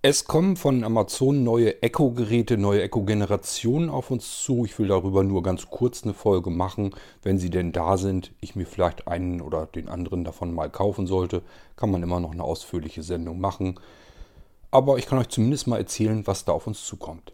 Es kommen von Amazon neue Echo-Geräte, neue Echo-Generationen auf uns zu. Ich will darüber nur ganz kurz eine Folge machen. Wenn sie denn da sind, ich mir vielleicht einen oder den anderen davon mal kaufen sollte, kann man immer noch eine ausführliche Sendung machen. Aber ich kann euch zumindest mal erzählen, was da auf uns zukommt.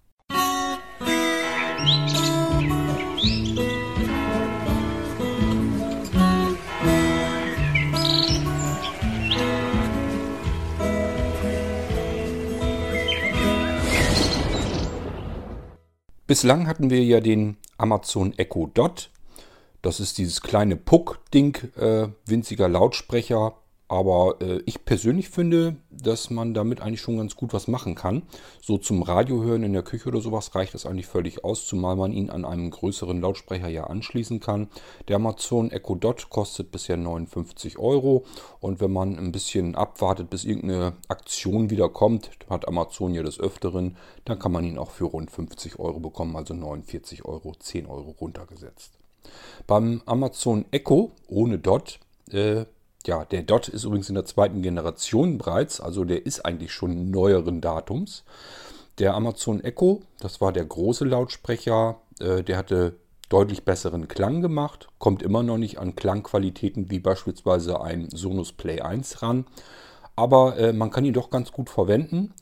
Bislang hatten wir ja den Amazon Echo Dot. Das ist dieses kleine Puck-Ding, winziger Lautsprecher. Aber ich persönlich finde, dass man damit eigentlich schon ganz gut was machen kann. So zum Radio hören in der Küche oder sowas reicht das eigentlich völlig aus, zumal man ihn an einem größeren Lautsprecher ja anschließen kann. Der Amazon Echo Dot kostet bisher 59 Euro. Und wenn man ein bisschen abwartet, bis irgendeine Aktion wieder kommt, hat Amazon ja des Öfteren, dann kann man ihn auch für rund 50 Euro bekommen, also 49 Euro, 10 Euro runtergesetzt. Beim Amazon Echo ohne Dot, der Dot ist übrigens in der zweiten Generation bereits, also der ist eigentlich schon neueren Datums. Der Amazon Echo, das war der große Lautsprecher, der hatte deutlich besseren Klang gemacht, kommt immer noch nicht an Klangqualitäten wie beispielsweise ein Sonos Play 1 ran, aber man kann ihn doch ganz gut verwenden.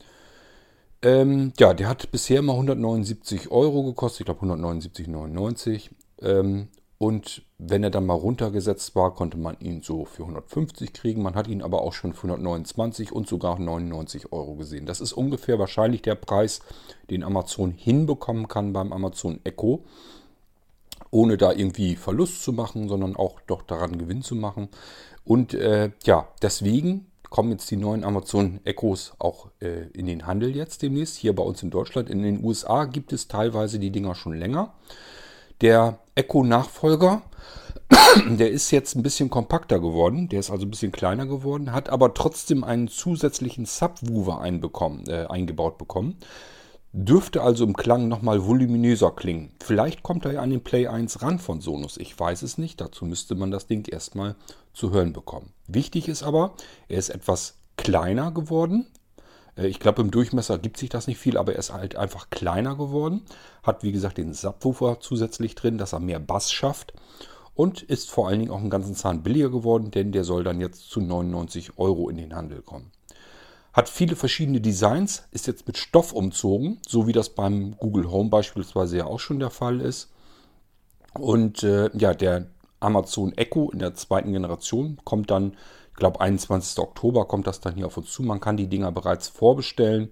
Der hat bisher immer 179 Euro gekostet, ich glaube 179,99. Und wenn er dann mal runtergesetzt war, konnte man ihn so für 150 kriegen. Man hat ihn aber auch schon für 129 und sogar 99 Euro gesehen. Das ist ungefähr wahrscheinlich der Preis, den Amazon hinbekommen kann beim Amazon Echo, ohne da irgendwie Verlust zu machen, sondern auch doch daran Gewinn zu machen. Und deswegen kommen jetzt die neuen Amazon Echos auch in den Handel jetzt demnächst, hier bei uns in Deutschland. In den USA gibt es teilweise die Dinger schon länger. Der Echo-Nachfolger, der ist jetzt ein bisschen kompakter geworden, der ist also ein bisschen kleiner geworden, hat aber trotzdem einen zusätzlichen Subwoofer eingebaut bekommen. Dürfte also im Klang nochmal voluminöser klingen. Vielleicht kommt er ja an den Play 1 ran von Sonos, ich weiß es nicht. Dazu müsste man das Ding erstmal zu hören bekommen. Wichtig ist aber, er ist etwas kleiner geworden. Ich glaube, im Durchmesser gibt sich das nicht viel, aber er ist halt einfach kleiner geworden. Hat, wie gesagt, den Subwoofer zusätzlich drin, dass er mehr Bass schafft. Und ist vor allen Dingen auch einen ganzen Zahn billiger geworden, denn der soll dann jetzt zu 99 Euro in den Handel kommen. Hat viele verschiedene Designs, ist jetzt mit Stoff umzogen, so wie das beim Google Home beispielsweise ja auch schon der Fall ist. Und der Amazon Echo in der zweiten Generation kommt dann, ich glaube 21. Oktober kommt das dann hier auf uns zu. Man kann die Dinger bereits vorbestellen.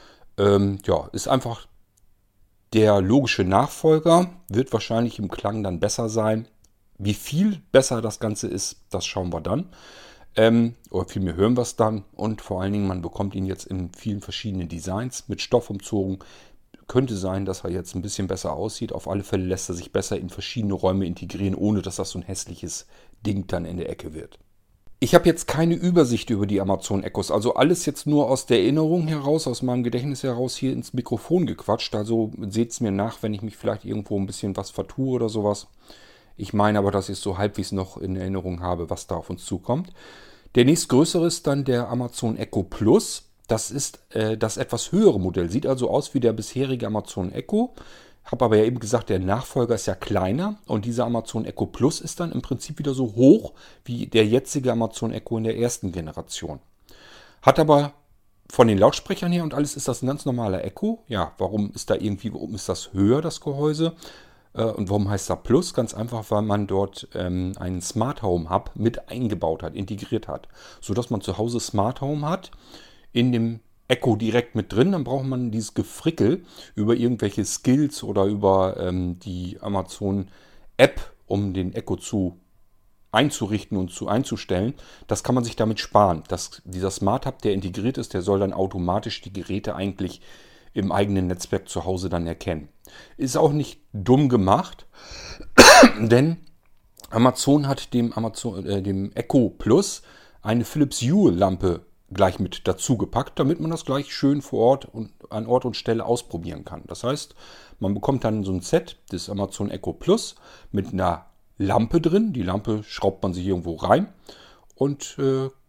Ist einfach der logische Nachfolger, wird wahrscheinlich im Klang dann besser sein. Wie viel besser das Ganze ist, das schauen wir dann. Oder vielmehr hören wir es dann. Und vor allen Dingen, man bekommt ihn jetzt in vielen verschiedenen Designs mit Stoff umzogen. Könnte sein, dass er jetzt ein bisschen besser aussieht. Auf alle Fälle lässt er sich besser in verschiedene Räume integrieren, ohne dass das so ein hässliches Ding dann in der Ecke wird. Ich habe jetzt keine Übersicht über die Amazon Echos, also alles jetzt nur aus der Erinnerung heraus, aus meinem Gedächtnis heraus hier ins Mikrofon gequatscht. Also seht es mir nach, wenn ich mich vielleicht irgendwo ein bisschen was vertue oder sowas. Ich meine aber, dass ich es so halbwegs noch in Erinnerung habe, was da auf uns zukommt. Der nächstgrößere ist dann der Amazon Echo Plus. Das ist das etwas höhere Modell. Sieht also aus wie der bisherige Amazon Echo. Habe aber ja eben gesagt, der Nachfolger ist ja kleiner. Und dieser Amazon Echo Plus ist dann im Prinzip wieder so hoch wie der jetzige Amazon Echo in der ersten Generation. Hat aber von den Lautsprechern her und alles ist das ein ganz normaler Echo. Ja, warum ist das höher, das Gehäuse? Und warum heißt das Plus? Ganz einfach, weil man dort einen Smart Home Hub mit eingebaut hat, integriert hat. Sodass man zu Hause Smart Home hat, in dem Echo direkt mit drin. Dann braucht man dieses Gefrickel über irgendwelche Skills oder über die Amazon App, um den Echo einzurichten und einzustellen. Das kann man sich damit sparen. Dieser Smart Hub, der integriert ist, der soll dann automatisch die Geräte eigentlich im eigenen Netzwerk zu Hause dann erkennen. Ist auch nicht dumm gemacht, denn Amazon hat dem Echo Plus eine Philips Hue Lampe gleich mit dazu gepackt, damit man das gleich schön vor Ort und an Ort und Stelle ausprobieren kann. Das heißt, man bekommt dann so ein Set des Amazon Echo Plus mit einer Lampe drin. Die Lampe schraubt man sich irgendwo rein und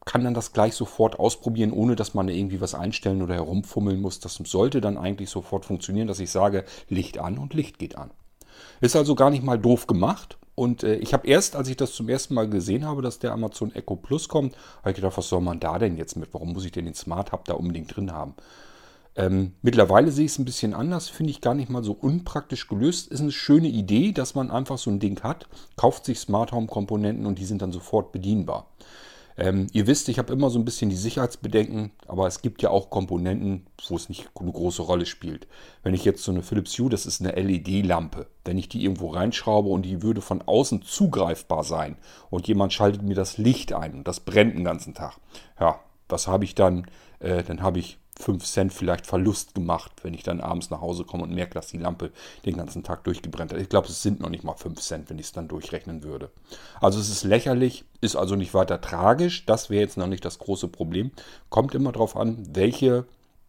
kann dann das gleich sofort ausprobieren, ohne dass man irgendwie was einstellen oder herumfummeln muss. Das sollte dann eigentlich sofort funktionieren, dass ich sage, Licht an und Licht geht an. Ist also gar nicht mal doof gemacht. Und ich habe erst, als ich das zum ersten Mal gesehen habe, dass der Amazon Echo Plus kommt, habe ich gedacht, was soll man da denn jetzt mit? Warum muss ich denn den Smart Hub da unbedingt drin haben? Mittlerweile sehe ich es ein bisschen anders, finde ich gar nicht mal so unpraktisch gelöst. Ist eine schöne Idee, dass man einfach so ein Ding hat, kauft sich Smart Home Komponenten und die sind dann sofort bedienbar. Ihr wisst, ich habe immer so ein bisschen die Sicherheitsbedenken, aber es gibt ja auch Komponenten, wo es nicht eine große Rolle spielt. Wenn ich jetzt so eine Philips Hue, das ist eine LED-Lampe, wenn ich die irgendwo reinschraube und die würde von außen zugreifbar sein und jemand schaltet mir das Licht ein und das brennt den ganzen Tag. Ja, was habe ich dann? Dann habe ich 5 Cent vielleicht Verlust gemacht, wenn ich dann abends nach Hause komme und merke, dass die Lampe den ganzen Tag durchgebrannt hat. Ich glaube, es sind noch nicht mal 5 Cent, wenn ich es dann durchrechnen würde. Also es ist lächerlich, ist also nicht weiter tragisch. Das wäre jetzt noch nicht das große Problem. Kommt immer darauf an, welche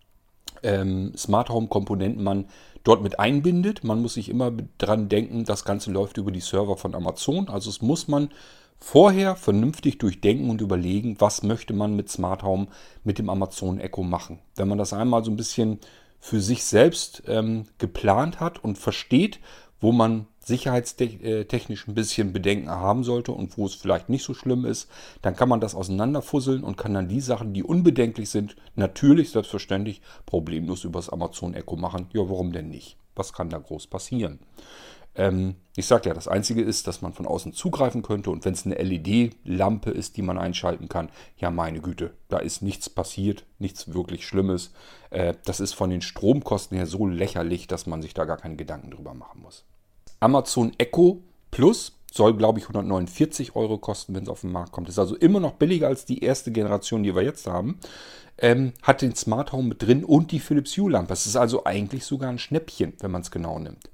Smart Home Komponenten man dort mit einbindet. Man muss sich immer dran denken, das Ganze läuft über die Server von Amazon. Also es muss man vorher vernünftig durchdenken und überlegen, was möchte man mit Smart Home, mit dem Amazon Echo machen. Wenn man das einmal so ein bisschen für sich selbst geplant hat und versteht, wo man sicherheitstechnisch ein bisschen Bedenken haben sollte und wo es vielleicht nicht so schlimm ist, dann kann man das auseinanderfusseln und kann dann die Sachen, die unbedenklich sind, natürlich, selbstverständlich, problemlos über das Amazon Echo machen. Ja, warum denn nicht? Was kann da groß passieren? Ich sage ja, das Einzige ist, dass man von außen zugreifen könnte und wenn es eine LED-Lampe ist, die man einschalten kann, ja meine Güte, da ist nichts passiert, nichts wirklich Schlimmes. Das ist von den Stromkosten her so lächerlich, dass man sich da gar keine Gedanken drüber machen muss. Amazon Echo Plus soll, glaube ich, 149 Euro kosten, wenn es auf den Markt kommt. Ist also immer noch billiger als die erste Generation, die wir jetzt haben. Hat den Smart Home mit drin und die Philips Hue Lampe. Es ist also eigentlich sogar ein Schnäppchen, wenn man es genau nimmt.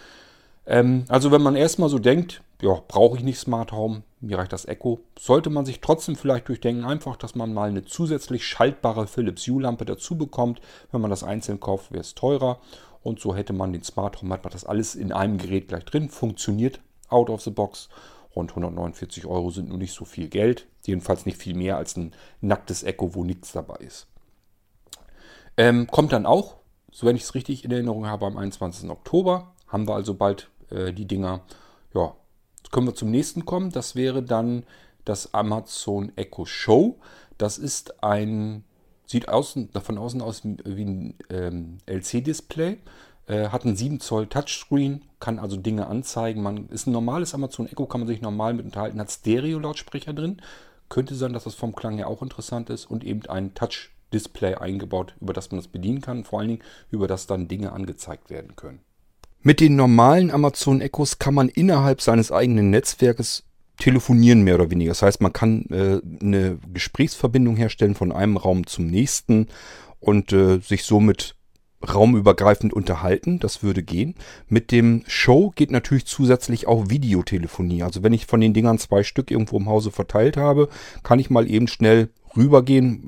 Also wenn man erstmal so denkt, ja, brauche ich nicht Smart Home, mir reicht das Echo, sollte man sich trotzdem vielleicht durchdenken, einfach, dass man mal eine zusätzlich schaltbare Philips Hue Lampe dazu bekommt. Wenn man das einzeln kauft, wäre es teurer. Und so hätte man den Smart Home, hat man das alles in einem Gerät gleich drin, funktioniert out of the box. Und 149 Euro sind nur nicht so viel Geld, jedenfalls nicht viel mehr als ein nacktes Echo, wo nichts dabei ist. Kommt dann auch, so wenn ich es richtig in Erinnerung habe, am 21. Oktober. Haben wir also bald die Dinger. Ja, jetzt können wir zum nächsten kommen. Das wäre dann das Amazon Echo Show. Das ist sieht von außen aus wie ein LC-Display. Hat einen 7 Zoll Touchscreen, kann also Dinge anzeigen. Ist ein normales Amazon Echo, kann man sich normal mit unterhalten, hat Stereo-Lautsprecher drin. Könnte sein, dass das vom Klang her auch interessant ist und eben ein Touch-Display eingebaut, über das man das bedienen kann. Vor allen Dingen, über das dann Dinge angezeigt werden können. Mit den normalen Amazon Echos kann man innerhalb seines eigenen Netzwerkes telefonieren, mehr oder weniger. Das heißt, man kann eine Gesprächsverbindung herstellen von einem Raum zum nächsten und sich somit raumübergreifend unterhalten. Das würde gehen. Mit dem Show geht natürlich zusätzlich auch Videotelefonie. Also wenn ich von den Dingern 2 Stück irgendwo im Hause verteilt habe, kann ich mal eben schnell rübergehen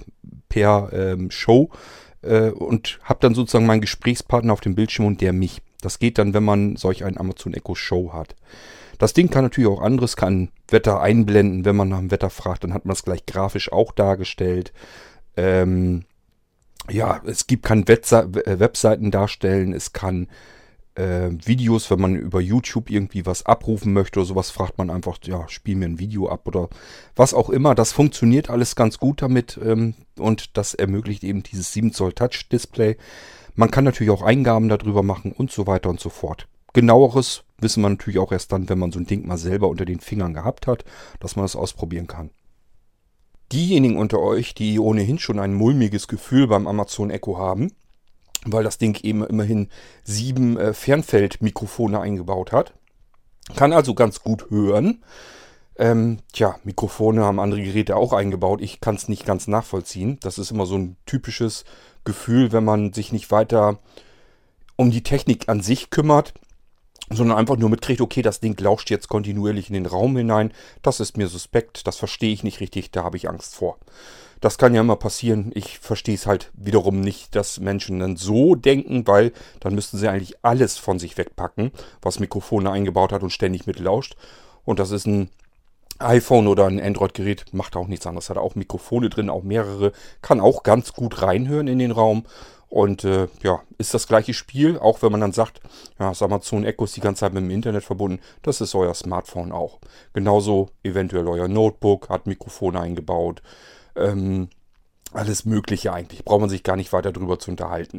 per Show und habe dann sozusagen meinen Gesprächspartner auf dem Bildschirm und der mich. Das geht dann, wenn man solch einen Amazon Echo Show hat. Das Ding kann natürlich auch anderes, kann Wetter einblenden. Wenn man nach dem Wetter fragt, dann hat man es gleich grafisch auch dargestellt. Ja, kann Webseiten darstellen. Es kann Videos, wenn man über YouTube irgendwie was abrufen möchte oder sowas, fragt man einfach, ja, spiel mir ein Video ab oder was auch immer. Das funktioniert alles ganz gut damit und das ermöglicht eben dieses 7 Zoll Touch Display. Man kann natürlich auch Eingaben darüber machen und so weiter und so fort. Genaueres wissen wir natürlich auch erst dann, wenn man so ein Ding mal selber unter den Fingern gehabt hat, dass man das ausprobieren kann. Diejenigen unter euch, die ohnehin schon ein mulmiges Gefühl beim Amazon Echo haben, weil das Ding eben immerhin 7 Fernfeldmikrofone eingebaut hat, kann also ganz gut hören. Mikrofone haben andere Geräte auch eingebaut. Ich kann es nicht ganz nachvollziehen. Das ist immer so ein typisches Gefühl, wenn man sich nicht weiter um die Technik an sich kümmert, sondern einfach nur mitkriegt, okay, das Ding lauscht jetzt kontinuierlich in den Raum hinein. Das ist mir suspekt, das verstehe ich nicht richtig, da habe ich Angst vor. Das kann ja immer passieren. Ich verstehe es halt wiederum nicht, dass Menschen dann so denken, weil dann müssten sie eigentlich alles von sich wegpacken, was Mikrofone eingebaut hat und ständig mitlauscht. Und das ist ein iPhone oder ein Android-Gerät macht auch nichts anderes. Hat auch Mikrofone drin, auch mehrere. Kann auch ganz gut reinhören in den Raum. Und ja, ist das gleiche Spiel, auch wenn man dann sagt, ja, das Amazon Echo ist die ganze Zeit mit dem Internet verbunden. Das ist euer Smartphone auch. Genauso eventuell euer Notebook, hat Mikrofone eingebaut. Alles Mögliche eigentlich. Braucht man sich gar nicht weiter drüber zu unterhalten.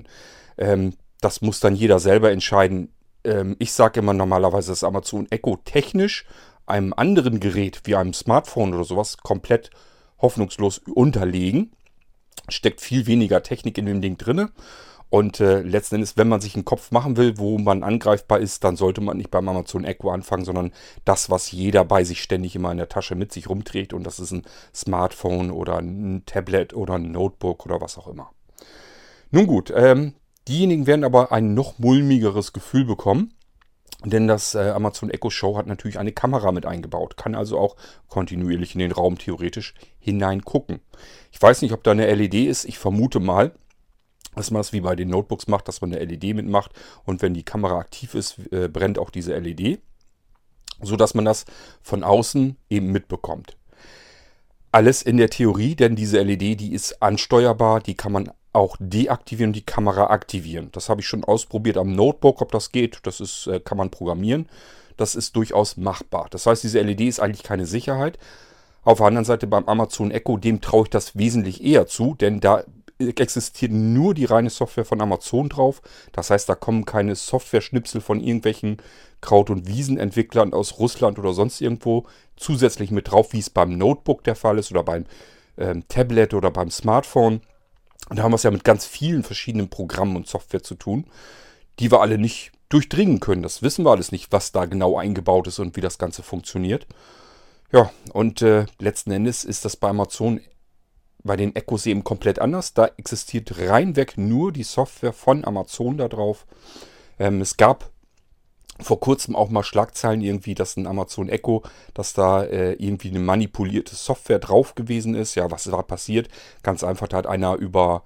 Das muss dann jeder selber entscheiden. Ich sage immer normalerweise, dass Amazon Echo technisch einem anderen Gerät wie einem Smartphone oder sowas komplett hoffnungslos unterlegen. Steckt viel weniger Technik in dem Ding drinne. Und letzten Endes, wenn man sich einen Kopf machen will, wo man angreifbar ist, dann sollte man nicht beim Amazon Echo anfangen, sondern das, was jeder bei sich ständig immer in der Tasche mit sich rumträgt. Und das ist ein Smartphone oder ein Tablet oder ein Notebook oder was auch immer. Nun gut, diejenigen werden aber ein noch mulmigeres Gefühl bekommen. Denn das Amazon Echo Show hat natürlich eine Kamera mit eingebaut. Kann also auch kontinuierlich in den Raum theoretisch hineingucken. Ich weiß nicht, ob da eine LED ist. Ich vermute mal, dass man das wie bei den Notebooks macht, dass man eine LED mitmacht. Und wenn die Kamera aktiv ist, brennt auch diese LED. Sodass man das von außen eben mitbekommt. Alles in der Theorie, denn diese LED, die ist ansteuerbar. Die kann man auch deaktivieren und die Kamera aktivieren. Das habe ich schon ausprobiert am Notebook, ob das geht. Das ist, kann man programmieren. Das ist durchaus machbar. Das heißt, diese LED ist eigentlich keine Sicherheit. Auf der anderen Seite beim Amazon Echo, dem traue ich das wesentlich eher zu, denn da existiert nur die reine Software von Amazon drauf. Das heißt, da kommen keine Software-Schnipsel von irgendwelchen Kraut- und Wiesenentwicklern aus Russland oder sonst irgendwo zusätzlich mit drauf, wie es beim Notebook der Fall ist oder beim Tablet oder beim Smartphone. Da haben wir es ja mit ganz vielen verschiedenen Programmen und Software zu tun, die wir alle nicht durchdringen können. Das wissen wir alles nicht, was da genau eingebaut ist und wie das Ganze funktioniert. Ja, und letzten Endes ist das bei Amazon, bei den Echos eben komplett anders. Da existiert reinweg nur die Software von Amazon da drauf. Es gab vor kurzem auch mal Schlagzeilen irgendwie, dass ein Amazon Echo, dass da irgendwie eine manipulierte Software drauf gewesen ist. Ja, was da passiert? Ganz einfach, da hat einer über,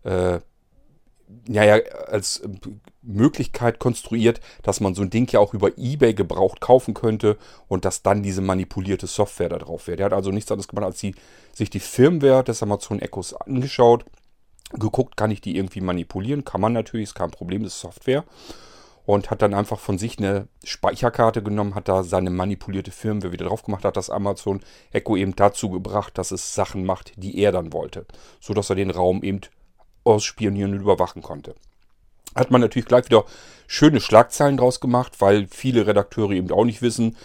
als Möglichkeit konstruiert, dass man so ein Ding ja auch über eBay gebraucht kaufen könnte und dass dann diese manipulierte Software da drauf wäre. Der hat also nichts anderes gemacht, als sich die Firmware des Amazon Echos angeschaut, geguckt, kann ich die irgendwie manipulieren? Kann man natürlich, ist kein Problem, das ist Software. Und hat dann einfach von sich eine Speicherkarte genommen, hat da seine manipulierte Firmware wieder drauf gemacht, hat das Amazon Echo eben dazu gebracht, dass es Sachen macht, die er dann wollte. So dass er den Raum eben ausspionieren und überwachen konnte. Hat man natürlich gleich wieder schöne Schlagzeilen draus gemacht, weil viele Redakteure eben auch nicht wissen,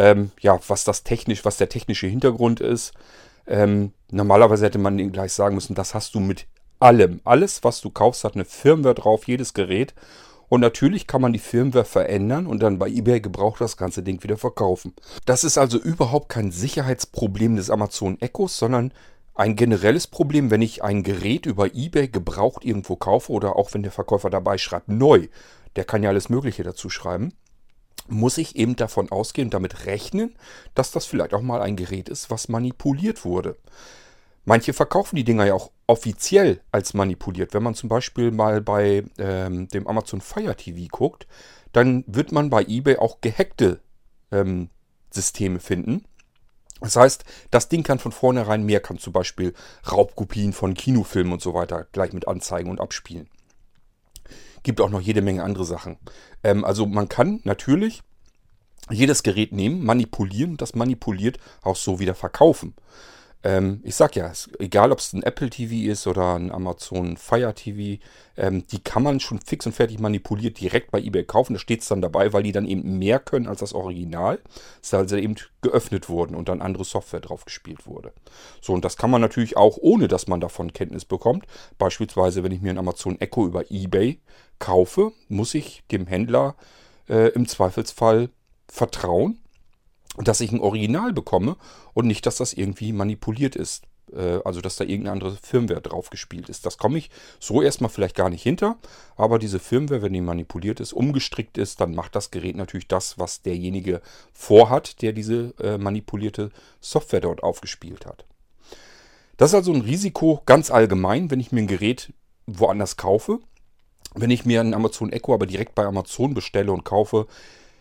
was der technische Hintergrund ist. Normalerweise hätte man denen gleich sagen müssen, das hast du mit allem. Alles, was du kaufst, hat eine Firmware drauf, jedes Gerät. Und natürlich kann man die Firmware verändern und dann bei eBay gebraucht das ganze Ding wieder verkaufen. Das ist also überhaupt kein Sicherheitsproblem des Amazon Echos, sondern ein generelles Problem, wenn ich ein Gerät über eBay gebraucht irgendwo kaufe oder auch wenn der Verkäufer dabei schreibt, neu, der kann ja alles Mögliche dazu schreiben, muss ich eben davon ausgehen und damit rechnen, dass das vielleicht auch mal ein Gerät ist, was manipuliert wurde. Manche verkaufen die Dinger ja auch offiziell als manipuliert. Wenn man zum Beispiel mal bei dem Amazon Fire TV guckt, dann wird man bei eBay auch gehackte Systeme finden. Das heißt, das Ding kann von vornherein mehr, kann zum Beispiel Raubkopien von Kinofilmen und so weiter gleich mit anzeigen und abspielen. Gibt auch noch jede Menge andere Sachen. Also man kann natürlich jedes Gerät nehmen, manipulieren und das manipuliert auch so wieder verkaufen. Ich sag ja, egal ob es ein Apple TV ist oder ein Amazon Fire TV, die kann man schon fix und fertig manipuliert direkt bei eBay kaufen. Da steht es dann dabei, weil die dann eben mehr können als das Original. Das also eben geöffnet wurden und dann andere Software drauf gespielt wurde. So, und das kann man natürlich auch, ohne dass man davon Kenntnis bekommt. Beispielsweise, wenn ich mir ein Amazon Echo über eBay kaufe, muss ich dem Händler im Zweifelsfall vertrauen, dass ich ein Original bekomme und nicht, dass das irgendwie manipuliert ist. Also, dass da irgendeine andere Firmware drauf gespielt ist. Das komme ich so erstmal vielleicht gar nicht hinter. Aber diese Firmware, wenn die manipuliert ist, umgestrickt ist, dann macht das Gerät natürlich das, was derjenige vorhat, der diese manipulierte Software dort aufgespielt hat. Das ist also ein Risiko ganz allgemein, wenn ich mir ein Gerät woanders kaufe. Wenn ich mir einen Amazon Echo aber direkt bei Amazon bestelle und kaufe,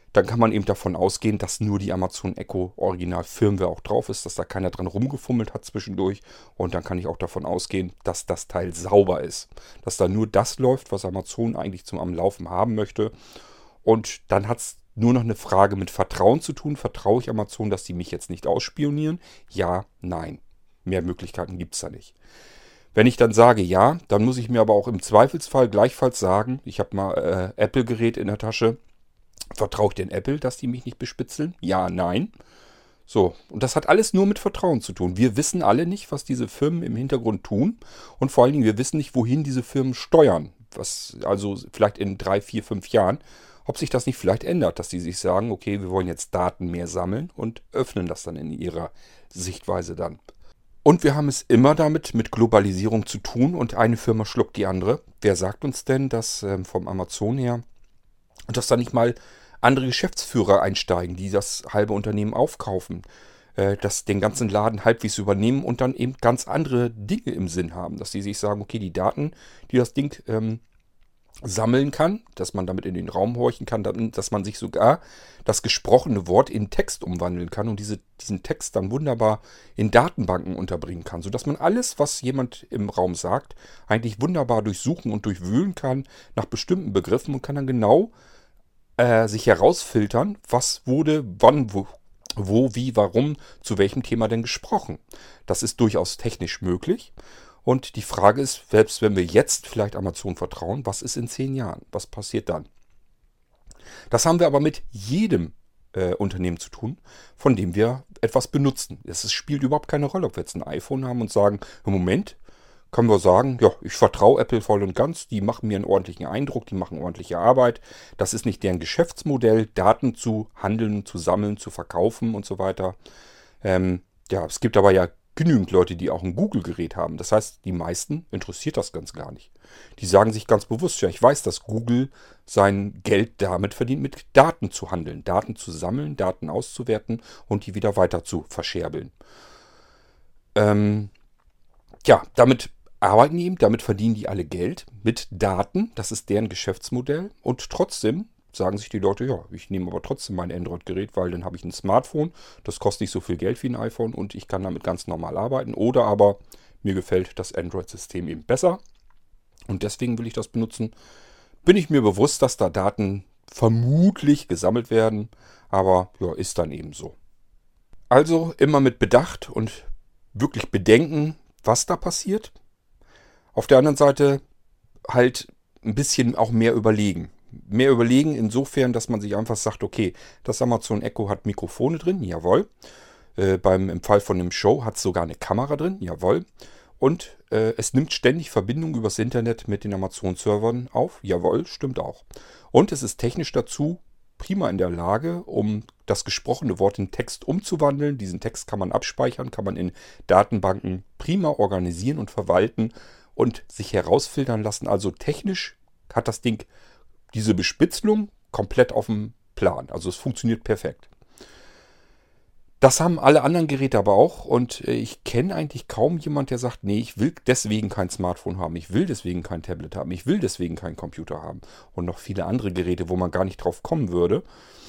dann kann man eben davon ausgehen, dass nur die Amazon Echo Original Firmware auch drauf ist, dass da keiner dran rumgefummelt hat zwischendurch. Und dann kann ich auch davon ausgehen, dass das Teil sauber ist. Dass da nur das läuft, was Amazon eigentlich zum am Laufen haben möchte. Und dann hat es nur noch eine Frage mit Vertrauen zu tun. Vertraue ich Amazon, dass die mich jetzt nicht ausspionieren? Ja, nein. Mehr Möglichkeiten gibt es da nicht. Wenn ich dann sage ja, dann muss ich mir aber auch im Zweifelsfall gleichfalls sagen, ich habe mal Apple-Gerät in der Tasche. Vertraue ich denn Apple, dass die mich nicht bespitzeln? Ja, nein. So, und das hat alles nur mit Vertrauen zu tun. Wir wissen alle nicht, was diese Firmen im Hintergrund tun. Und vor allen Dingen, wir wissen nicht, wohin diese Firmen steuern. Was also vielleicht in 3, 4, 5 Jahren, ob sich das nicht vielleicht ändert, dass die sich sagen, okay, wir wollen jetzt Daten mehr sammeln und öffnen das dann in ihrer Sichtweise dann. Und wir haben es immer damit mit Globalisierung zu tun und eine Firma schluckt die andere. Wer sagt uns denn, dass vom Amazon her, dass da nicht mal andere Geschäftsführer einsteigen, die das halbe Unternehmen aufkaufen, dass den ganzen Laden halbwegs übernehmen und dann eben ganz andere Dinge im Sinn haben, dass die sich sagen, okay, die Daten, die das Ding sammeln kann, dass man damit in den Raum horchen kann, dass man sich sogar das gesprochene Wort in Text umwandeln kann und diesen Text dann wunderbar in Datenbanken unterbringen kann, sodass man alles, was jemand im Raum sagt, eigentlich wunderbar durchsuchen und durchwühlen kann nach bestimmten Begriffen und kann dann genau sich herausfiltern, was wurde, wann, wo, wie, warum, zu welchem Thema denn gesprochen. Das ist durchaus technisch möglich. Und die Frage ist, selbst wenn wir jetzt vielleicht Amazon vertrauen, was ist in 10 Jahren? Was passiert dann? Das haben wir aber mit jedem Unternehmen zu tun, von dem wir etwas benutzen. Spielt überhaupt keine Rolle, ob wir jetzt ein iPhone haben und sagen, im Moment können wir sagen, ja, ich vertraue Apple voll und ganz, die machen mir einen ordentlichen Eindruck, die machen ordentliche Arbeit. Das ist nicht deren Geschäftsmodell, Daten zu handeln, zu sammeln, zu verkaufen und so weiter. Ja, es gibt aber ja genügend Leute, die auch ein Google-Gerät haben. Das heißt, die meisten interessiert das ganz gar nicht. Die sagen sich ganz bewusst, ja, ich weiß, dass Google sein Geld damit verdient, mit Daten zu handeln, Daten zu sammeln, Daten auszuwerten und die wieder weiter zu verscherbeln. Ja, damit arbeiten die eben, damit verdienen die alle Geld mit Daten. Das ist deren Geschäftsmodell. Und trotzdem sagen sich die Leute, ja, ich nehme aber trotzdem mein Android-Gerät, weil dann habe ich ein Smartphone, das kostet nicht so viel Geld wie ein iPhone und ich kann damit ganz normal arbeiten. Oder aber mir gefällt das Android-System eben besser und deswegen will ich das benutzen. Bin ich mir bewusst, dass da Daten vermutlich gesammelt werden, aber ja, ist dann eben so. Also immer mit Bedacht und wirklich bedenken, was da passiert. Auf der anderen Seite halt ein bisschen auch mehr überlegen. Mehr überlegen insofern, dass man sich einfach sagt, okay, das Amazon Echo hat Mikrofone drin, jawohl. Im Fall von dem Show hat es sogar eine Kamera drin, jawohl. Und es nimmt ständig Verbindung übers Internet mit den Amazon-Servern auf, jawohl, stimmt auch. Und es ist technisch dazu prima in der Lage, um das gesprochene Wort in Text umzuwandeln. Diesen Text kann man abspeichern, kann man in Datenbanken prima organisieren und verwalten und sich herausfiltern lassen. Also technisch hat das Ding diese Bespitzelung komplett auf dem Plan. Also es funktioniert perfekt. Das haben alle anderen Geräte aber auch und ich kenne eigentlich kaum jemand, der sagt, nee, ich will deswegen kein Smartphone haben, ich will deswegen kein Tablet haben, ich will deswegen keinen Computer haben und noch viele andere Geräte, wo man gar nicht drauf kommen würde.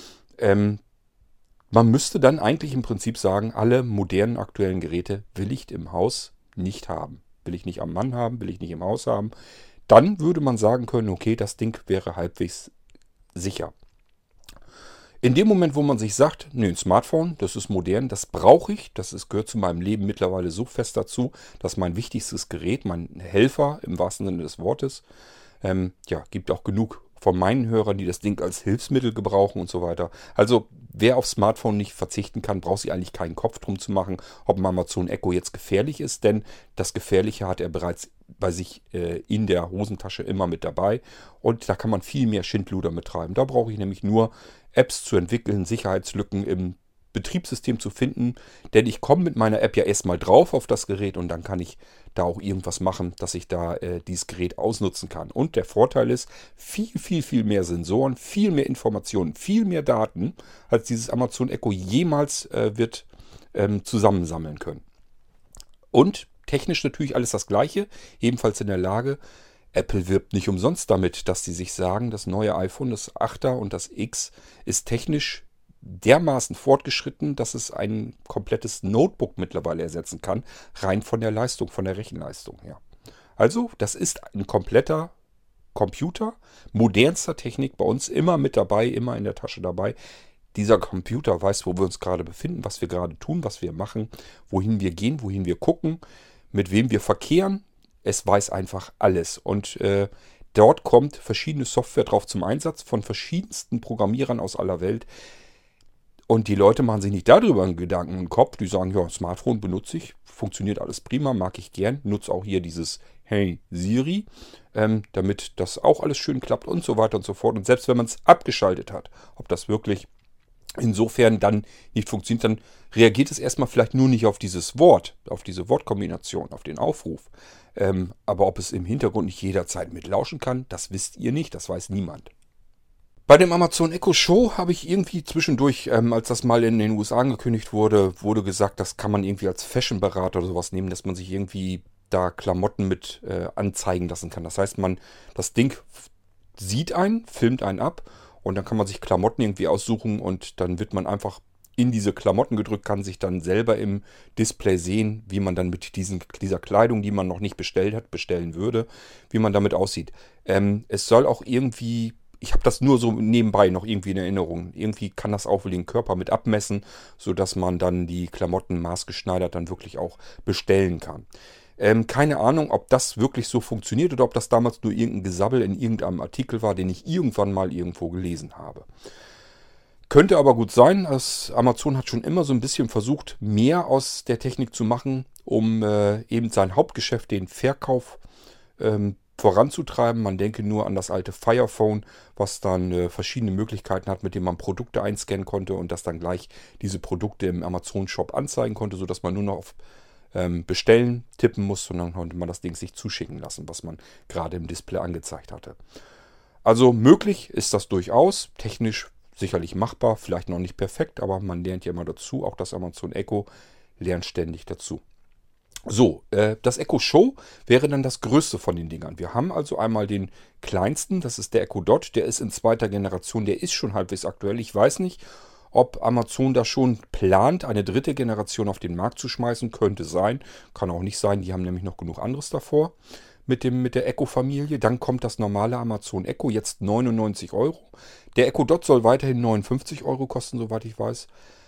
Man müsste dann eigentlich im Prinzip sagen, alle modernen aktuellen Geräte will ich im Haus nicht haben. Will ich nicht am Mann haben, will ich nicht im Haus haben. Dann würde man sagen können, okay, das Ding wäre halbwegs sicher. In dem Moment, wo man sich sagt, nee, ein Smartphone, das ist modern, das brauche ich, gehört zu meinem Leben mittlerweile so fest dazu, dass mein wichtigstes Gerät, mein Helfer im wahrsten Sinne des Wortes, ja, gibt auch genug von meinen Hörern, die das Ding als Hilfsmittel gebrauchen und so weiter. Also wer auf Smartphone nicht verzichten kann, braucht sich eigentlich keinen Kopf drum zu machen, ob ein Amazon Echo jetzt gefährlich ist, denn das Gefährliche hat er bereits bei sich in der Hosentasche immer mit dabei und da kann man viel mehr Schindluder mit treiben. Da brauche ich nämlich nur Apps zu entwickeln, Sicherheitslücken im Betriebssystem zu finden, denn ich komme mit meiner App ja erstmal drauf auf das Gerät und dann kann ich da auch irgendwas machen, dass ich da dieses Gerät ausnutzen kann. Und der Vorteil ist, viel, viel, viel mehr Sensoren, viel mehr Informationen, viel mehr Daten, als dieses Amazon Echo jemals wird zusammensammeln können. Und technisch natürlich alles das Gleiche, ebenfalls in der Lage, Apple wirbt nicht umsonst damit, dass sie sich sagen, das neue iPhone, das 8er und das X ist technisch dermaßen fortgeschritten, dass es ein komplettes Notebook mittlerweile ersetzen kann, rein von der Leistung, von der Rechenleistung her. Also, das ist ein kompletter Computer, modernster Technik, bei uns immer mit dabei, immer in der Tasche dabei. Dieser Computer weiß, wo wir uns gerade befinden, was wir gerade tun, was wir machen, wohin wir gehen, wohin wir gucken, mit wem wir verkehren. Es weiß einfach alles. Und dort kommt verschiedene Software drauf zum Einsatz von verschiedensten Programmierern aus aller Welt. Und die Leute machen sich nicht darüber einen Gedanken im Kopf. Die sagen, ja, Smartphone benutze ich, funktioniert alles prima, mag ich gern. Nutze auch hier dieses Hey Siri, damit das auch alles schön klappt und so weiter und so fort. Und selbst wenn man es abgeschaltet hat, ob das wirklich insofern dann nicht funktioniert, dann reagiert es erstmal vielleicht nur nicht auf dieses Wort, auf diese Wortkombination, auf den Aufruf. Aber ob es im Hintergrund nicht jederzeit mitlauschen kann, das wisst ihr nicht, das weiß niemand. Bei dem Amazon Echo Show habe ich irgendwie zwischendurch, als das mal in den USA angekündigt wurde gesagt, das kann man irgendwie als Fashion-Berater oder sowas nehmen, dass man sich irgendwie da Klamotten mit anzeigen lassen kann. Das heißt, das Ding sieht einen, filmt einen ab und dann kann man sich Klamotten irgendwie aussuchen und dann wird man einfach in diese Klamotten gedrückt, kann sich dann selber im Display sehen, wie man dann mit dieser Kleidung, die man noch nicht bestellt hat, bestellen würde, wie man damit aussieht. Es soll auch irgendwie, ich habe das nur so nebenbei noch irgendwie in Erinnerung, irgendwie kann das auch wohl den Körper mit abmessen, sodass man dann die Klamotten maßgeschneidert dann wirklich auch bestellen kann. Keine Ahnung, ob das wirklich so funktioniert oder ob das damals nur irgendein Gesabbel in irgendeinem Artikel war, den ich irgendwann mal irgendwo gelesen habe. Könnte aber gut sein, dass Amazon hat schon immer so ein bisschen versucht, mehr aus der Technik zu machen, um eben sein Hauptgeschäft, den Verkauf, voranzutreiben. Man denke nur an das alte Fire Phone, was dann verschiedene Möglichkeiten hat, mit dem man Produkte einscannen konnte und das dann gleich diese Produkte im Amazon-Shop anzeigen konnte, sodass man nur noch auf Bestellen tippen muss und dann konnte man das Ding sich zuschicken lassen, was man gerade im Display angezeigt hatte. Also möglich ist das durchaus, technisch sicherlich machbar, vielleicht noch nicht perfekt, aber man lernt ja immer dazu. Auch das Amazon Echo lernt ständig dazu. So, das Echo Show wäre dann das größte von den Dingern. Wir haben also einmal den kleinsten, das ist der Echo Dot, der ist in zweiter Generation, der ist schon halbwegs aktuell. Ich weiß nicht, ob Amazon da schon plant, eine dritte Generation auf den Markt zu schmeißen. Könnte sein, kann auch nicht sein, die haben nämlich noch genug anderes davor mit der Echo-Familie. Dann kommt das normale Amazon Echo, jetzt 99 Euro. Der Echo Dot soll weiterhin 59 Euro kosten, soweit ich weiß.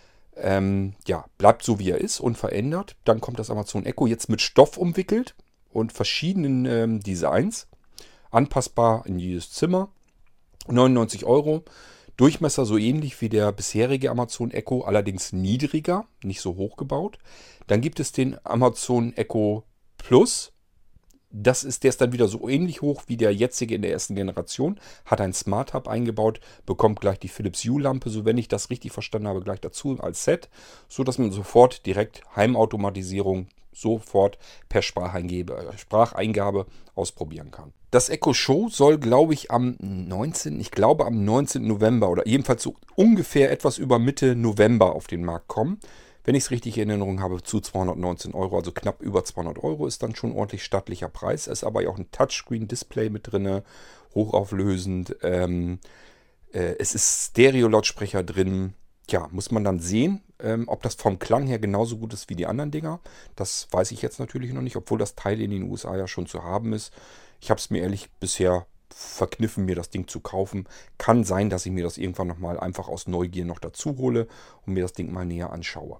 Ja, bleibt so wie er ist, unverändert. Dann kommt das Amazon Echo jetzt mit Stoff umwickelt und verschiedenen Designs. Anpassbar in jedes Zimmer. 99 Euro. Durchmesser so ähnlich wie der bisherige Amazon Echo, allerdings niedriger, nicht so hoch gebaut. Dann gibt es den Amazon Echo Plus. Der ist dann wieder so ähnlich hoch wie der jetzige in der ersten Generation. Hat ein Smart Hub eingebaut, bekommt gleich die Philips Hue-Lampe, so wenn ich das richtig verstanden habe, gleich dazu als Set, so dass man sofort direkt Heimautomatisierung sofort per Spracheingabe ausprobieren kann. Das Echo Show soll, glaube ich, am 19. November oder jedenfalls so ungefähr etwas über Mitte November auf den Markt kommen. Wenn ich es richtig in Erinnerung habe, zu 219 Euro, also knapp über 200 Euro, ist dann schon ein ordentlich stattlicher Preis. Es ist aber auch ein Touchscreen-Display mit drin, hochauflösend. Es ist Stereo-Lautsprecher drin. Tja, muss man dann sehen, ob das vom Klang her genauso gut ist wie die anderen Dinger. Das weiß ich jetzt natürlich noch nicht, obwohl das Teil in den USA ja schon zu haben ist. Ich habe es mir ehrlich bisher verkniffen, mir das Ding zu kaufen. Kann sein, dass ich mir das irgendwann nochmal einfach aus Neugier noch dazu hole und mir das Ding mal näher anschaue.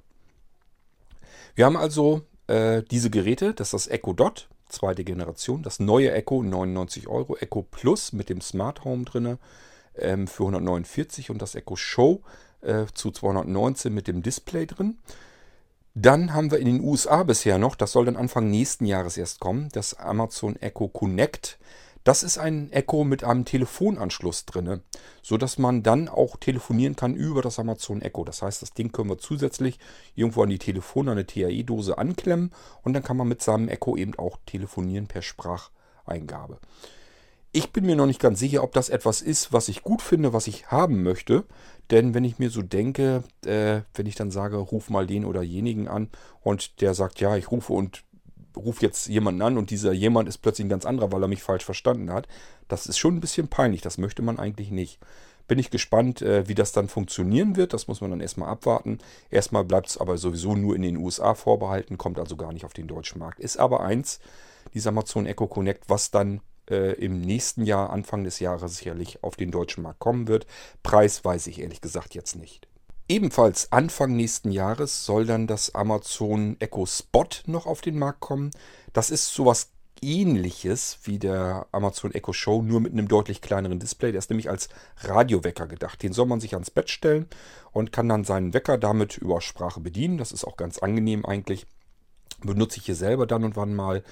Wir haben also diese Geräte, das ist das Echo Dot, zweite Generation, das neue Echo, 99 Euro, Echo Plus mit dem Smart Home drin für 149 und das Echo Show zu 219 mit dem Display drin. Dann haben wir in den USA bisher noch, das soll dann Anfang nächsten Jahres erst kommen, das Amazon Echo Connect. Das ist ein Echo mit einem Telefonanschluss drin, sodass man dann auch telefonieren kann über das Amazon Echo. Das heißt, das Ding können wir zusätzlich irgendwo an die eine TAE-Dose anklemmen und dann kann man mit seinem Echo eben auch telefonieren per Spracheingabe. Ich bin mir noch nicht ganz sicher, ob das etwas ist, was ich gut finde, was ich haben möchte. Denn wenn ich mir so denke, wenn ich dann sage, ruf mal den oder jenigen an und der sagt, ja, ich rufe und rufe jetzt jemanden an und dieser jemand ist plötzlich ein ganz anderer, weil er mich falsch verstanden hat. Das ist schon ein bisschen peinlich, das möchte man eigentlich nicht. Bin ich gespannt, wie das dann funktionieren wird. Das muss man dann erstmal abwarten. Erstmal bleibt es aber sowieso nur in den USA vorbehalten, kommt also gar nicht auf den deutschen Markt. Ist aber eins, dieser Amazon Echo Connect, was dann im nächsten Jahr, Anfang des Jahres sicherlich auf den deutschen Markt kommen wird. Preis weiß ich ehrlich gesagt jetzt nicht. Ebenfalls Anfang nächsten Jahres soll dann das Amazon Echo Spot noch auf den Markt kommen. Das ist sowas Ähnliches wie der Amazon Echo Show, nur mit einem deutlich kleineren Display. Der ist nämlich als Radiowecker gedacht. Den soll man sich ans Bett stellen und kann dann seinen Wecker damit über Sprache bedienen. Das ist auch ganz angenehm eigentlich. Benutze ich hier selber dann und wann mal.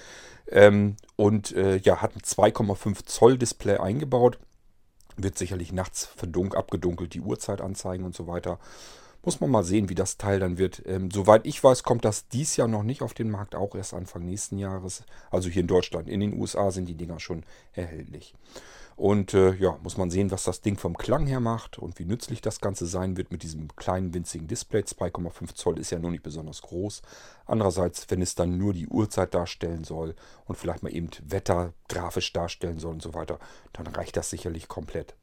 Ja, hat ein 2,5 Zoll Display eingebaut. Wird sicherlich nachts abgedunkelt, die Uhrzeit anzeigen und so weiter. Muss man mal sehen, wie das Teil dann wird. Soweit ich weiß, kommt das dies Jahr noch nicht auf den Markt, auch erst Anfang nächsten Jahres. Also hier in Deutschland. In den USA sind die Dinger schon erhältlich. Und ja, muss man sehen, was das Ding vom Klang her macht und wie nützlich das Ganze sein wird mit diesem kleinen winzigen Display. 2,5 Zoll ist ja noch nicht besonders groß. Andererseits, wenn es dann nur die Uhrzeit darstellen soll und vielleicht mal eben Wetter grafisch darstellen soll und so weiter, dann reicht das sicherlich komplett.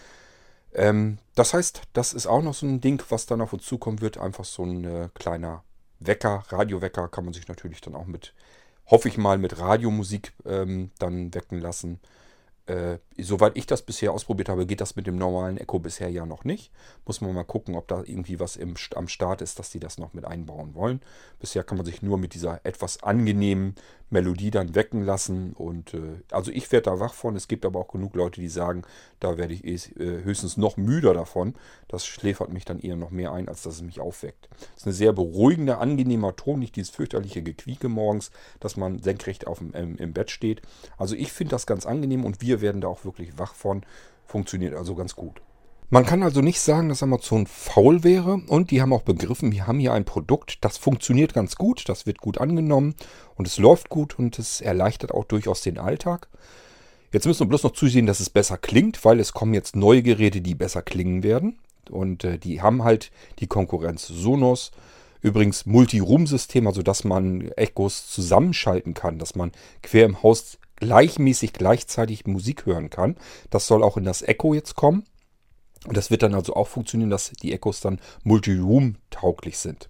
Das heißt, das ist auch noch so ein Ding, was dann auf uns zukommen wird. Einfach so ein kleiner Wecker, Radiowecker kann man sich natürlich dann auch mit, hoffe ich mal, mit Radiomusik dann wecken lassen. Soweit ich das bisher ausprobiert habe, geht das mit dem normalen Echo bisher ja noch nicht. Muss man mal gucken, ob da irgendwie was am Start ist, dass die das noch mit einbauen wollen. Bisher kann man sich nur mit dieser etwas angenehmen Melodie dann wecken lassen. Und also ich werde da wach von. Es gibt aber auch genug Leute, die sagen, da werde ich höchstens noch müder davon. Das schläfert mich dann eher noch mehr ein, als dass es mich aufweckt. Das ist eine sehr beruhigende, angenehmer Ton, nicht dieses fürchterliche Gequieke morgens, dass man senkrecht im Bett steht. Also ich finde das ganz angenehm und wir werden da auch wirklich wach von. Funktioniert also ganz gut. Man kann also nicht sagen, dass Amazon faul wäre und die haben auch begriffen, wir haben hier ein Produkt, das funktioniert ganz gut, das wird gut angenommen und es läuft gut und es erleichtert auch durchaus den Alltag. Jetzt müssen wir bloß noch zusehen, dass es besser klingt, weil es kommen jetzt neue Geräte, die besser klingen werden und die haben halt die Konkurrenz Sonos. Übrigens Multi-Room-System, also dass man Echos zusammenschalten kann, dass man quer im Haus gleichmäßig gleichzeitig Musik hören kann. Das soll auch in das Echo jetzt kommen. Und das wird dann also auch funktionieren, dass die Echos dann Multi-Room-tauglich sind.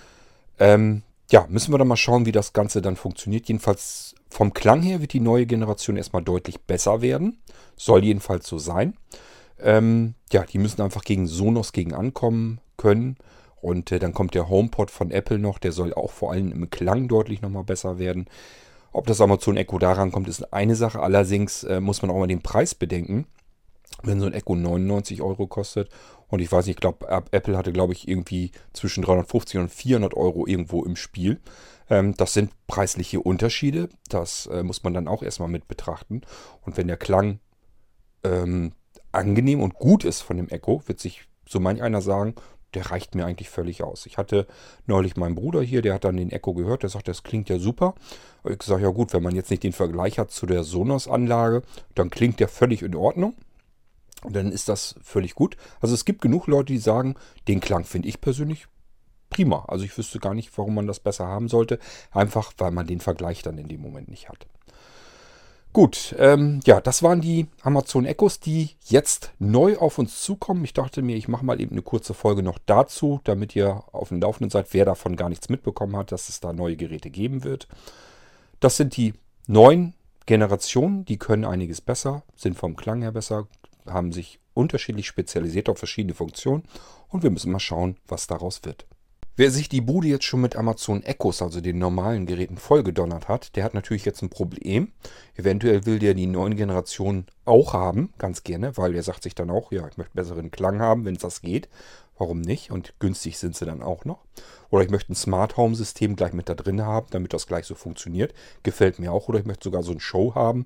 Ja, müssen wir dann mal schauen, wie das Ganze dann funktioniert. Jedenfalls vom Klang her wird die neue Generation erstmal deutlich besser werden. Soll jedenfalls so sein. Ja, die müssen einfach gegen Sonos ankommen können. Und dann kommt der HomePod von Apple noch. Der soll auch vor allem im Klang deutlich nochmal besser werden. Ob das Amazon Echo daran kommt, ist eine Sache. Allerdings muss man auch mal den Preis bedenken. Wenn so ein Echo 99 Euro kostet und ich weiß nicht, ich glaube, Apple hatte, glaube ich, irgendwie zwischen 350 und 400 Euro irgendwo im Spiel. Das sind preisliche Unterschiede. Das muss man dann auch erstmal mit betrachten. Und wenn der Klang angenehm und gut ist von dem Echo, wird sich so manch einer sagen, der reicht mir eigentlich völlig aus. Ich hatte neulich meinen Bruder hier, der hat dann den Echo gehört, der sagt, das klingt ja super. Ich sage, ja gut, wenn man jetzt nicht den Vergleich hat zu der Sonos-Anlage, dann klingt der völlig in Ordnung. Und dann ist das völlig gut. Also es gibt genug Leute, die sagen, den Klang finde ich persönlich prima. Also ich wüsste gar nicht, warum man das besser haben sollte. Einfach, weil man den Vergleich dann in dem Moment nicht hat. Gut, ja, das waren die Amazon Echos, die jetzt neu auf uns zukommen. Ich dachte mir, ich mache mal eben eine kurze Folge noch dazu, damit ihr auf dem Laufenden seid, wer davon gar nichts mitbekommen hat, dass es da neue Geräte geben wird. Das sind die neuen Generationen, die können einiges besser, sind vom Klang her besser, haben sich unterschiedlich spezialisiert auf verschiedene Funktionen und wir müssen mal schauen, was daraus wird. Wer sich die Bude jetzt schon mit Amazon Echos, also den normalen Geräten, vollgedonnert hat, der hat natürlich jetzt ein Problem. Eventuell will der die neuen Generationen auch haben, ganz gerne, weil der sagt sich dann auch, ja, ich möchte besseren Klang haben, wenn es das geht. Warum nicht? Und günstig sind sie dann auch noch. Oder ich möchte ein Smart Home System gleich mit da drin haben, damit das gleich so funktioniert. Gefällt mir auch. Oder ich möchte sogar so ein Show haben.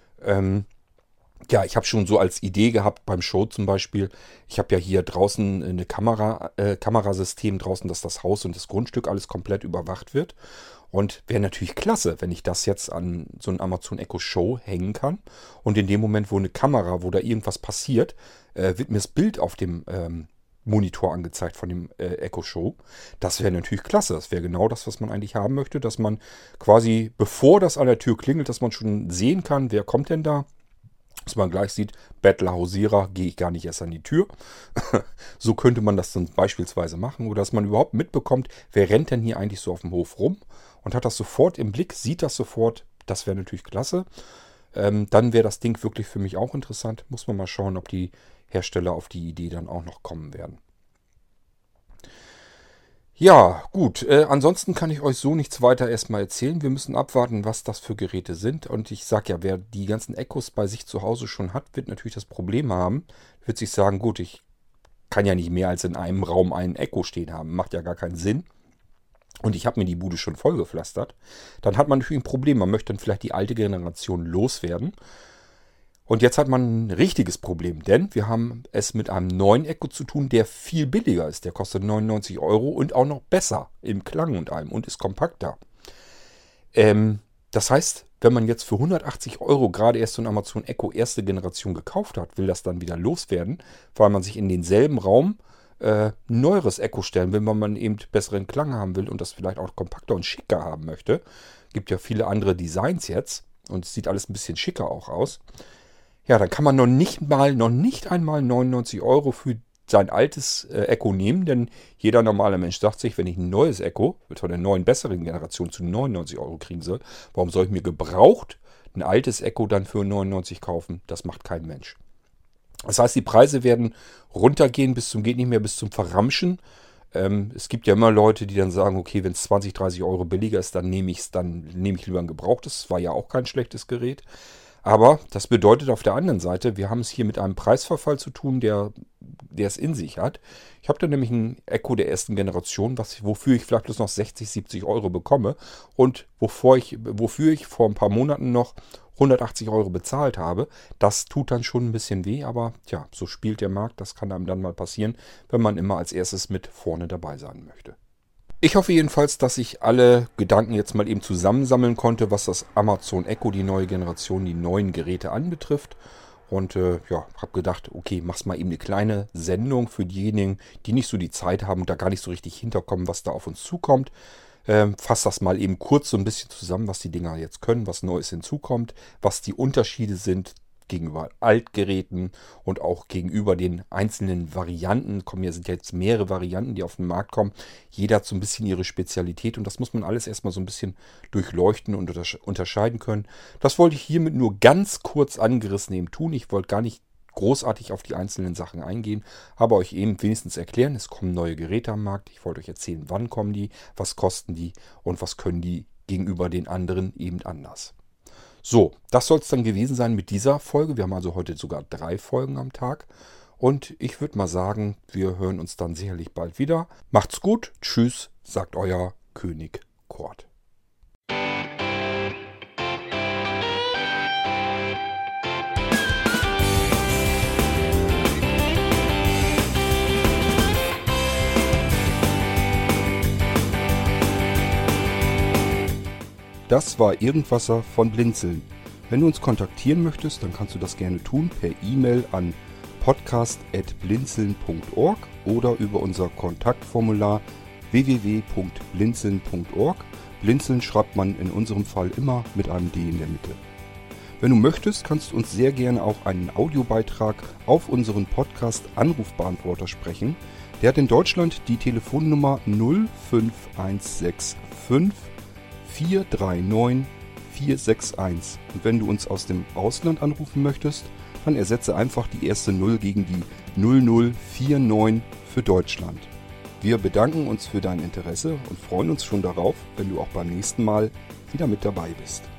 Ja, ich habe schon so als Idee gehabt beim Show zum Beispiel, ich habe ja hier draußen eine Kamerasystem draußen, dass das Haus und das Grundstück alles komplett überwacht wird. Und wäre natürlich klasse, wenn ich das jetzt an so ein Amazon Echo Show hängen kann. Und in dem Moment, wo eine Kamera, wo da irgendwas passiert, wird mir das Bild auf dem Monitor angezeigt von dem Echo Show. Das wäre natürlich klasse. Das wäre genau das, was man eigentlich haben möchte, dass man quasi, bevor das an der Tür klingelt, dass man schon sehen kann, wer kommt denn da. Dass man gleich sieht, Bettler, Hausierer, gehe ich gar nicht erst an die Tür. So könnte man das dann beispielsweise machen. Oder dass man überhaupt mitbekommt, wer rennt denn hier eigentlich so auf dem Hof rum und hat das sofort im Blick, sieht das sofort. Das wäre natürlich klasse. Dann wäre das Ding wirklich für mich auch interessant. Muss man mal schauen, ob die Hersteller auf die Idee dann auch noch kommen werden. Ja, gut. Ansonsten kann ich euch so nichts weiter erstmal erzählen. Wir müssen abwarten, was das für Geräte sind. Und ich sage ja, wer die ganzen Echos bei sich zu Hause schon hat, wird natürlich das Problem haben. Wird sich sagen, gut, ich kann ja nicht mehr als in einem Raum einen Echo stehen haben. Macht ja gar keinen Sinn. Und ich habe mir die Bude schon vollgepflastert. Dann hat man natürlich ein Problem. Man möchte dann vielleicht die alte Generation loswerden. Und jetzt hat man ein richtiges Problem, denn wir haben es mit einem neuen Echo zu tun, der viel billiger ist. Der kostet 99 € und auch noch besser im Klang und allem und ist kompakter. Das heißt, wenn man jetzt für 180 € gerade erst so ein Amazon Echo erste Generation gekauft hat, will das dann wieder loswerden, weil man sich in denselben Raum ein neueres Echo stellen will, weil man eben besseren Klang haben will und das vielleicht auch kompakter und schicker haben möchte. Gibt ja viele andere Designs jetzt und es sieht alles ein bisschen schicker auch aus. Ja, dann kann man noch nicht einmal 99 € für sein altes Echo nehmen, denn jeder normale Mensch sagt sich, wenn ich ein neues Echo von der neuen, besseren Generation zu 99 € kriegen soll, warum soll ich mir gebraucht ein altes Echo dann für 99 kaufen? Das macht kein Mensch. Das heißt, die Preise werden runtergehen bis zum geht nicht mehr, bis zum Verramschen. Es gibt ja immer Leute, die dann sagen, okay, wenn es 20, 30 € billiger ist, dann nehme ich lieber ein gebrauchtes. Das war ja auch kein schlechtes Gerät. Aber das bedeutet auf der anderen Seite, wir haben es hier mit einem Preisverfall zu tun, der es in sich hat. Ich habe da nämlich ein Echo der ersten Generation, wofür ich vielleicht bloß noch 60, 70 € bekomme und wofür ich vor ein paar Monaten noch 180 € bezahlt habe. Das tut dann schon ein bisschen weh, aber tja, so spielt der Markt. Das kann einem dann mal passieren, wenn man immer als erstes mit vorne dabei sein möchte. Ich hoffe jedenfalls, dass ich alle Gedanken jetzt mal eben zusammensammeln konnte, was das Amazon Echo, die neue Generation, die neuen Geräte anbetrifft. Und habe gedacht, okay, mach's mal eben eine kleine Sendung für diejenigen, die nicht so die Zeit haben und da gar nicht so richtig hinterkommen, was da auf uns zukommt. Fass das mal eben kurz so ein bisschen zusammen, was die Dinger jetzt können, was Neues hinzukommt, was die Unterschiede sind gegenüber Altgeräten und auch gegenüber den einzelnen Varianten. Sind ja jetzt mehrere Varianten, die auf den Markt kommen. Jeder hat so ein bisschen ihre Spezialität und das muss man alles erstmal so ein bisschen durchleuchten und unterscheiden können. Das wollte ich hiermit nur ganz kurz angerissen eben tun. Ich wollte gar nicht großartig auf die einzelnen Sachen eingehen, aber euch eben wenigstens erklären, es kommen neue Geräte am Markt. Ich wollte euch erzählen, wann kommen die, was kosten die und was können die gegenüber den anderen eben anders. So, das soll es dann gewesen sein mit dieser Folge. Wir haben also heute sogar 3 Folgen am Tag. Und ich würde mal sagen, wir hören uns dann sicherlich bald wieder. Macht's gut. Tschüss, sagt euer König Kurt. Das war Irgendwasser von Blinzeln. Wenn du uns kontaktieren möchtest, dann kannst du das gerne tun per E-Mail an podcast@blinzeln.org oder über unser Kontaktformular www.blinzeln.org. Blinzeln schreibt man in unserem Fall immer mit einem D in der Mitte. Wenn du möchtest, kannst du uns sehr gerne auch einen Audiobeitrag auf unseren Podcast Anrufbeantworter sprechen. Der hat in Deutschland die Telefonnummer 05165 439 461. Und wenn du uns aus dem Ausland anrufen möchtest, dann ersetze einfach die erste 0 gegen die 0049 für Deutschland. Wir bedanken uns für dein Interesse und freuen uns schon darauf, wenn du auch beim nächsten Mal wieder mit dabei bist.